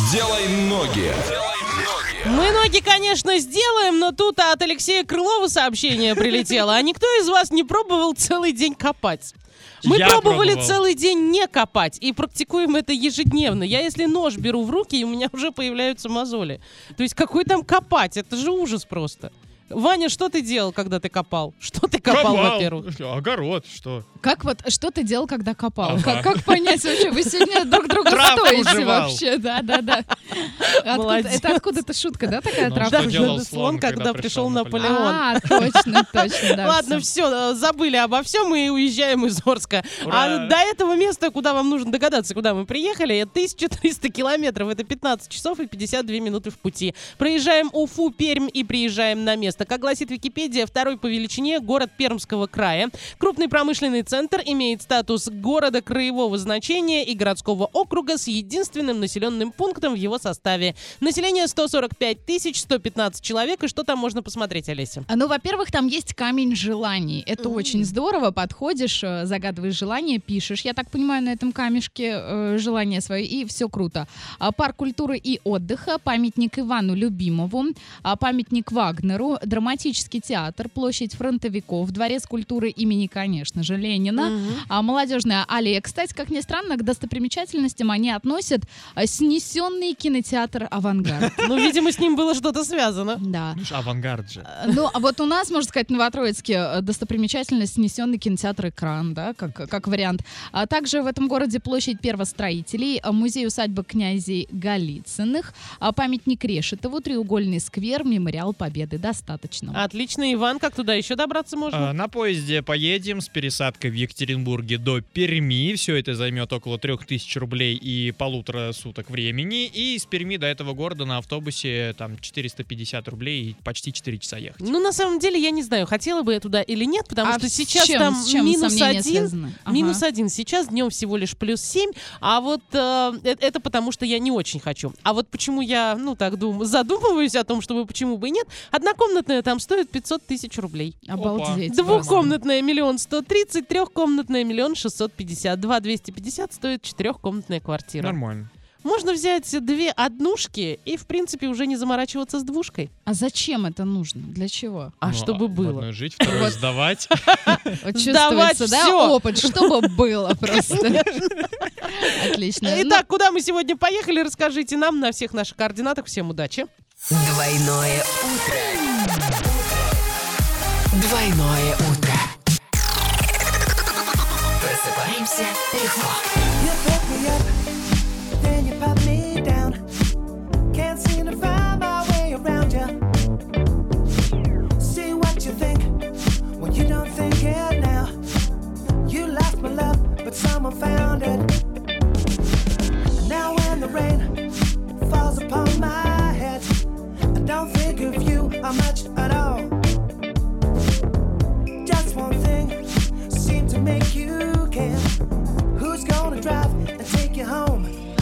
Сделай ноги. Мы ноги, конечно, сделаем, но тут от Алексея Крылова сообщение прилетело. А никто из вас не пробовал целый день копать? Мы пробовали целый день не копать и практикуем это ежедневно. Я если нож беру в руки, и у меня уже появляются мозоли. То есть какой там копать? Это же ужас просто. Ваня, что ты делал, когда ты копал? Что ты копал, во-первых? Огород, что? Что ты делал, когда копал? Как понять вообще? Вы сегодня друг друга стоите вообще. Да. Это откуда-то шутка, да, такая травка? Да, слон, когда пришел Наполеон. Точно, да. Ладно, все, забыли обо всем и уезжаем из Орска. А до этого места, куда вам нужно догадаться, куда мы приехали, 1300 километров, это 15 часов и 52 минуты в пути. Проезжаем Уфу, Пермь и приезжаем на место. Как гласит Википедия, второй по величине город Пермского края. Крупный промышленный центр, имеет статус города краевого значения и городского округа с единственным населенным пунктом в его составе. Население 145 115 человек. И что там можно посмотреть, Олеся? Ну, во-первых, там есть камень желаний. Это очень здорово. Подходишь, загадываешь желание, пишешь, я так понимаю, на этом камешке желание свое, и все круто. Парк культуры и отдыха, памятник Ивану Любимову, памятник Вагнеру, драматический театр, площадь фронтовиков, дворец культуры имени, конечно же, Ленина, молодежная аллея. Кстати, как ни странно, к достопримечательностям они относят снесенный кинотеатр «Авангард». Ну, видимо, с ним было что-то связано. Да. Ну, авангард же. Ну, а вот у нас, можно сказать, в Новотроицке достопримечательность снесенный кинотеатр «Экран», да, как вариант. А также в этом городе площадь первостроителей, музей-усадьба князей Голицыных, памятник Решетову, треугольный сквер, мемориал Победы. Достаточно. Отлично. Иван, как туда еще добраться можно? На поезде поедем с пересадкой в Екатеринбурге до Перми. Все это займет около 3000 рублей и 1,5 суток времени. И из Перми до этого города на автобусе там 450 рублей и почти 4 часа ехать. Ну, на самом деле, я не знаю, хотела бы я туда или нет, потому что сейчас там -1. Сейчас днем всего лишь +7. А вот это потому, что я не очень хочу. А вот почему я, задумываюсь о том, чтобы почему бы и нет. Однокомнатная там стоит 500 тысяч рублей. Обалдеть. Двухкомнатная 1 130 000, трехкомнатная 1 650 000, 2 250 стоит 4-комнатная квартира. Нормально. Можно взять 2 однушки и, в принципе, уже не заморачиваться с двушкой. А зачем это нужно? Для чего? Чтобы было. В одной жить, второй сдавать. Чувствуется, да, опыт, чтобы было просто. Отлично. Итак, куда мы сегодня поехали, расскажите нам на всех наших координатах. Всем удачи. Двойное утро. Двойное утро. Просыпаемся легко. Much at all. Just one thing seemed to make you care. Who's gonna drive and take you home?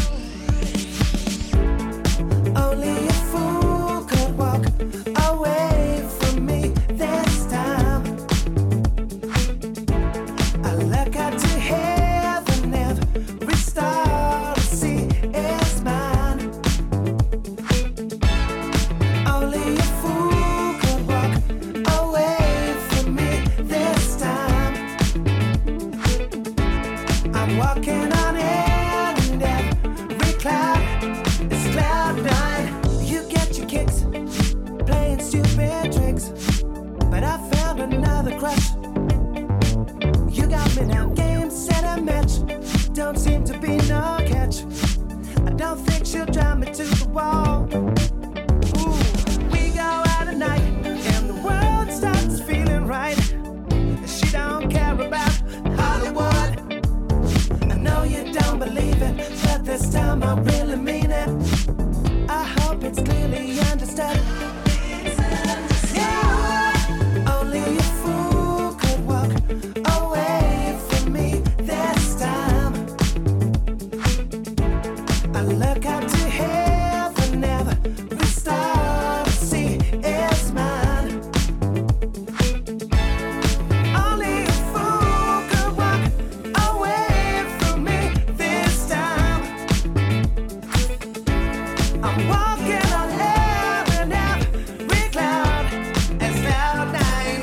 Only a fool could walk away from me this time. I look up to heaven, every star to see is mine. Only a fool could walk away from me this time. I'm walking on air and every cloud is cloud nine. You get your kicks playing stupid tricks, but I found another crush. You got me now, game, set, and match. Don't seem to be no catch. I don't think she'll drive me to the wall. Ooh, we go out at night and the world starts feeling right. She don't care about Hollywood. I know you don't believe it, but this time I really mean it. I hope it's clearly understood. Yeah. Only a fool could walk away from me this time. I look up to heaven, every star to see is mine. Only a fool could walk away from me this time. I'm walking on air and every cloud is cloud nine.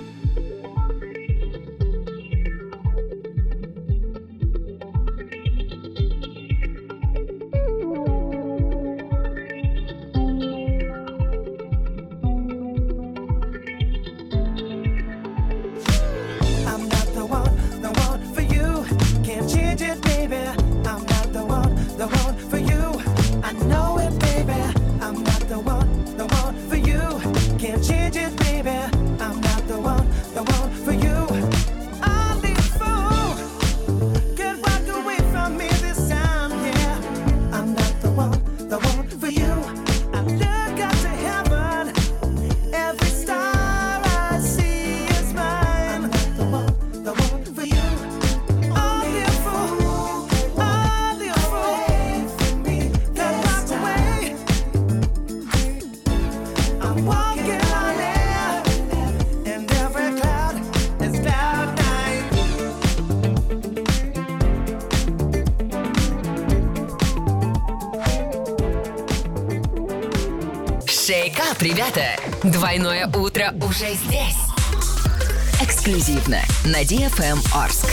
I'm not the one for you. Can't change it, baby. I'm not the one for you. I know it, baby. I'm not the one for you. Can't change it, baby. I'm not the one for you. Only a fool could walk away from me this time, yeah. I'm not the one for you. I look up to heaven. Every star I see is mine. I'm not the one for you. Only a fool could walk away. I'm walking on air, and every cloud is cloud nine. Шейкап, ребята! Двойное утро уже здесь. Эксклюзивно на DFM Орск.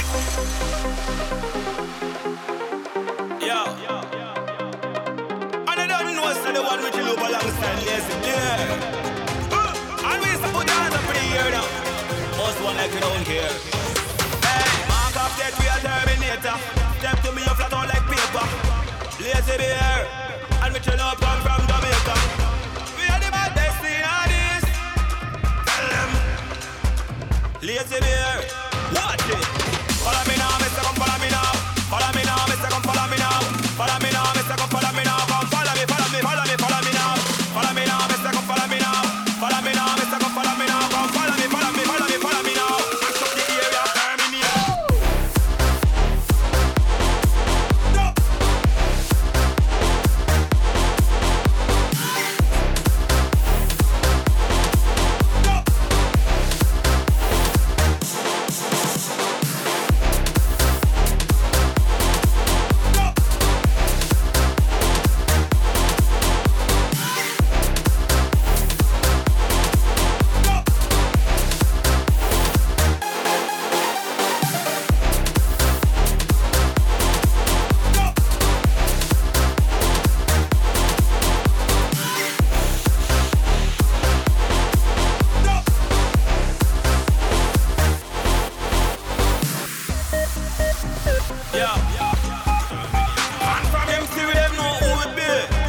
Yo. And I don't know what's the one which you look alongside lazy. Yeah. And we used to put hands up for the year now. Most one like we don't care. Hey, mark off that we are Terminator. Step to me, you flat out like paper. Lazy bear. And we chill up come from Jamaica. We are the bad destiny on this. Tell them. Lazy bear. Watch it. Follow me now, Mr. Come follow me now. Follow me now, Mr. Come follow me now. Follow me now, Mr. Come follow me now. Come follow me, follow me, follow me, follow me now. Follow me now, Mr. Come follow me now. Follow me now, Mr. Come follow me now. Come follow me, follow me, follow me, follow me now. Mash up the area, terminate. Yeah. And from them still we them know who we be.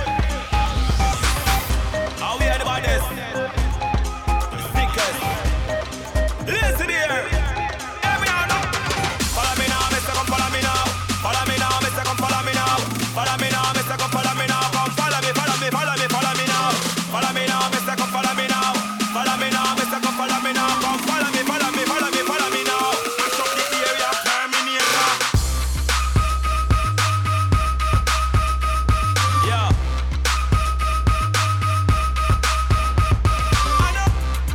How we are the baddest, the sickest. Listen here. Hear me out now. Follow me now, Mr. Come follow me now. Follow me now, Mr. Come follow me now. Follow me now, Mr. Come follow me now. Come follow me, follow me, follow me, follow me now. Follow me now, Mr. Come follow me now. Follow me now, Mr. Come follow me now. Come follow me, follow me, follow me, follow me now. Mash up the area, terminator. Yeah. I know.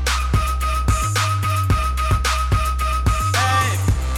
Hey.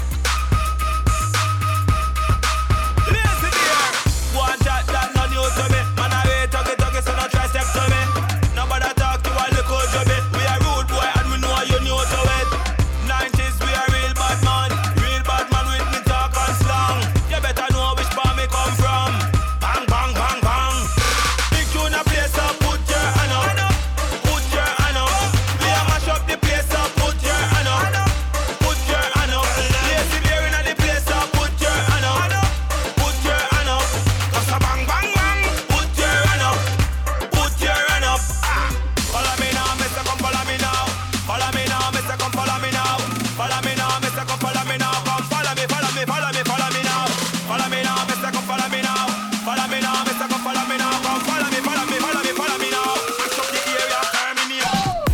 Listen here. One chat that no new to me. Man, I wait, talkie, so no try step to me. Nobody talk to a little to me. We are rude boy and we know you new to it. 90s we are real bad man with me talk and slang. You better know which part me come from. Bang, bang, bang, bang. Big tune a place up, put your hand up. Put your hand up. We a mash up the place up, put your hand up. Put your hand up. Lazy bear in the place up, put your hand up. Put your hand up. Cause a bang, bang, bang. Put your hand up. Put your hand up. Follow me now, Mr. Come follow me now. Follow me now, Mr. Come follow me now. Follow me now, Mr. Come follow me now. Come follow me, follow me, follow me, follow me now. Follow me now, Mr. Come follow me now. Follow me now, Mr. Come follow me now. Come follow me, follow me, follow me, follow me now. Mash up the area, terminate.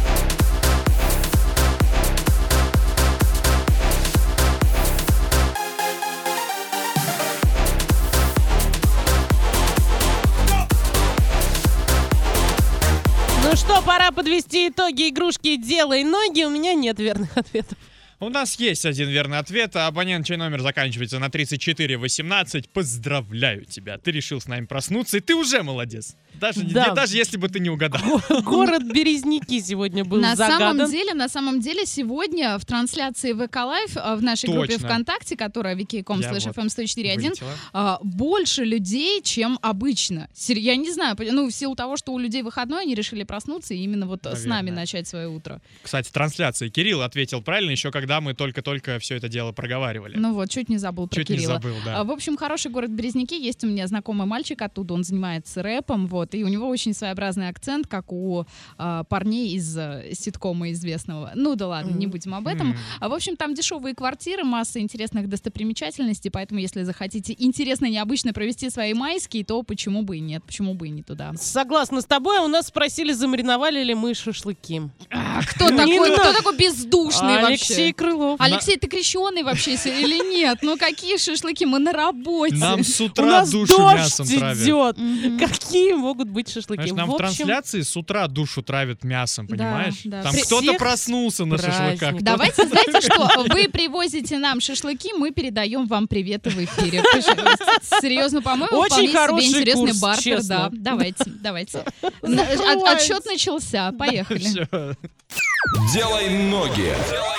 Ну что, пора подвести итоги игрушки «Делай ноги». У меня нет верных ответов. У нас есть один верный ответ. Абонент, чей номер заканчивается на 3418. Поздравляю тебя. Ты решил с нами проснуться, и ты уже молодец. Даже если бы ты не угадал. Город Березники сегодня был На загадан. самом деле, сегодня в трансляции ВК Лайв в нашей группе Точно. ВКонтакте, которая wiki.com/fm104.1, Вылетело. больше людей, чем обычно. Я не знаю, в силу того, что у людей выходной, они решили проснуться и именно вот с нами Наверное. начать свое утро. Кстати, трансляции. Кирилл ответил правильно, еще когда мы только-только все это дело проговаривали. Ну вот, чуть не забыл про Чуть не Кирилла. забыл, да. В общем, хороший город Березники. Есть у меня знакомый мальчик оттуда, он занимается рэпом, вот, и у него очень своеобразный акцент, как у парней из ситкома известного. Ну да ладно, не будем об этом. В общем, там дешевые квартиры, масса интересных достопримечательностей, поэтому если захотите интересно, необычно провести свои майские, то почему бы и нет, почему бы и не туда. Согласна с тобой, у нас спросили, замариновали ли мы шашлыки. Кто такой бездушный Алексей вообще? Крылов. Алексей, ты крещеный вообще или нет? Ну какие шашлыки? Мы на работе. Нам с У утра нас душу дождь мясом травят. идет. Какие могут быть шашлыки? Знаешь, нам В в общем, трансляции с утра душу травят мясом, понимаешь? да. Там При кто-то всех проснулся на праздниках. шашлыках. Давайте, знаете что, вы привозите нам шашлыки, мы передаем вам приветы в эфире. Серьезно, по-моему, Очень вполне себе хороший интересный курс, бартер. честно. Да, давайте. Отсчет начался, поехали. Всё. Делай ноги.